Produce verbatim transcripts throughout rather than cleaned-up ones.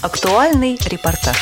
Актуальный репортаж.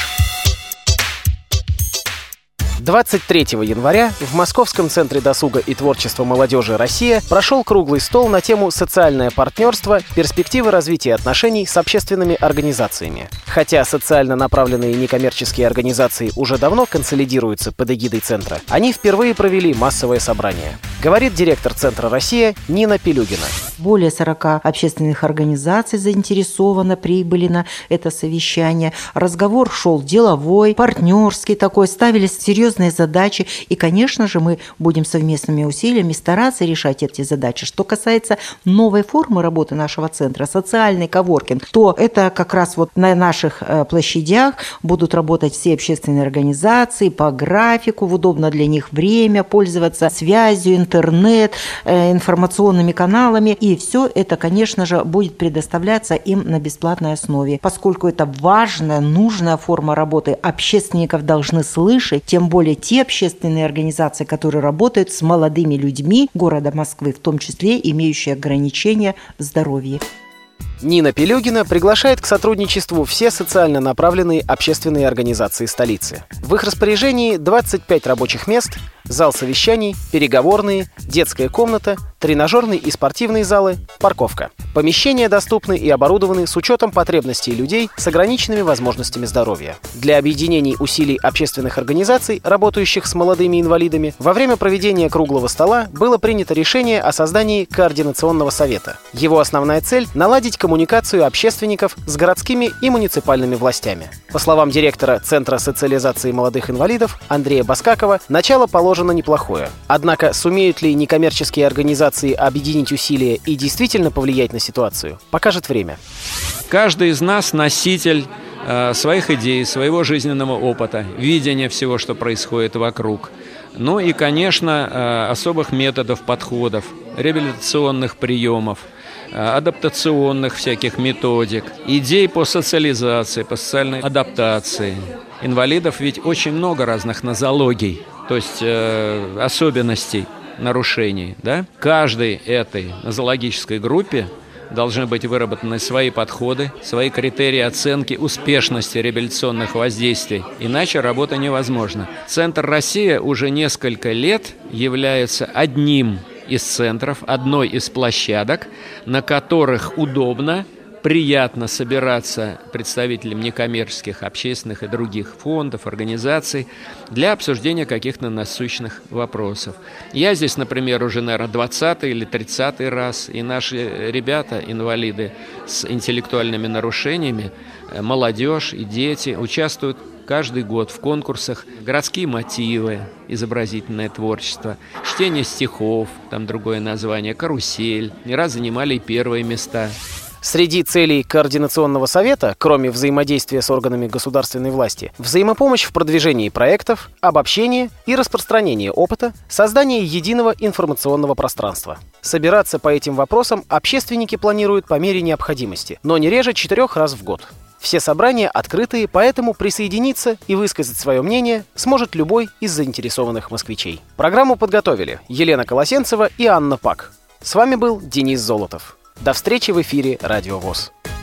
двадцать третьего января в Московском центре досуга и творчества молодежи «Россия» прошел круглый стол на тему «Социальное партнерство. Перспективы развития отношений с общественными организациями». Хотя социально направленные некоммерческие организации уже давно консолидируются под эгидой центра, они впервые провели массовое собрание. Говорит директор Центра «Россия» Нина Пилюгина. Более сорока общественных организаций заинтересовано, прибыли на это совещание. Разговор шел деловой, партнерский такой, ставились серьезные задачи. И, конечно же, мы будем совместными усилиями стараться решать эти задачи. Что касается новой формы работы нашего центра, социальный коворкинг, то это как раз вот на наших площадях будут работать все общественные организации по графику, в удобно для них время, пользоваться связью, интернет, информационными каналами. И все это, конечно же, будет предоставляться им на бесплатной основе. Поскольку это важная, нужная форма работы, общественников должны слышать, тем более те общественные организации, которые работают с молодыми людьми города Москвы, в том числе имеющие ограничения в здоровье. Нина Пилюгина приглашает к сотрудничеству все социально направленные общественные организации столицы. В их распоряжении двадцать пять рабочих мест, зал совещаний, переговорные, детская комната, тренажерные и спортивные залы, парковка. Помещения доступны и оборудованы с учетом потребностей людей с ограниченными возможностями здоровья. Для объединений усилий общественных организаций, работающих с молодыми инвалидами, во время проведения круглого стола было принято решение о создании Координационного совета. Его основная цель – наладить коммуникацию общественников с городскими и муниципальными властями. По словам директора Центра социализации молодых инвалидов Андрея Баскакова, начало положено неплохое. Однако сумеют ли некоммерческие организации объединить усилия и действительно повлиять на ситуацию, покажет время. Каждый из нас носитель э, своих идей, своего жизненного опыта, видения всего, что происходит вокруг. Ну и, конечно, э, особых методов, подходов, реабилитационных приемов, адаптационных всяких методик, идей по социализации, по социальной адаптации. Инвалидов ведь очень много разных нозологий, то есть э, особенностей нарушений. Да? Каждой этой нозологической группе должны быть выработаны свои подходы, свои критерии оценки успешности реабилитационных воздействий. Иначе работа невозможна. Центр «Россия» уже несколько лет является одним из центров, одной из площадок, на которых удобно, приятно собираться представителям некоммерческих, общественных и других фондов, организаций для обсуждения каких-то насущных вопросов. Я здесь, например, уже, наверное, двадцатый или тридцатый раз, и наши ребята, инвалиды с интеллектуальными нарушениями, молодежь и дети участвуют каждый год в конкурсах «Городские мотивы», изобразительное творчество, чтение стихов, там другое название, «Карусель». Не раз занимали и первые места. Среди целей Координационного совета, кроме взаимодействия с органами государственной власти, взаимопомощь в продвижении проектов, обобщение и распространение опыта, создание единого информационного пространства. Собираться по этим вопросам общественники планируют по мере необходимости, но не реже четырех раз в год. Все собрания открытые, поэтому присоединиться и высказать свое мнение сможет любой из заинтересованных москвичей. Программу подготовили Елена Колосенцева и Анна Пак. С вами был Денис Золотов. До встречи в эфире Радио ВОС.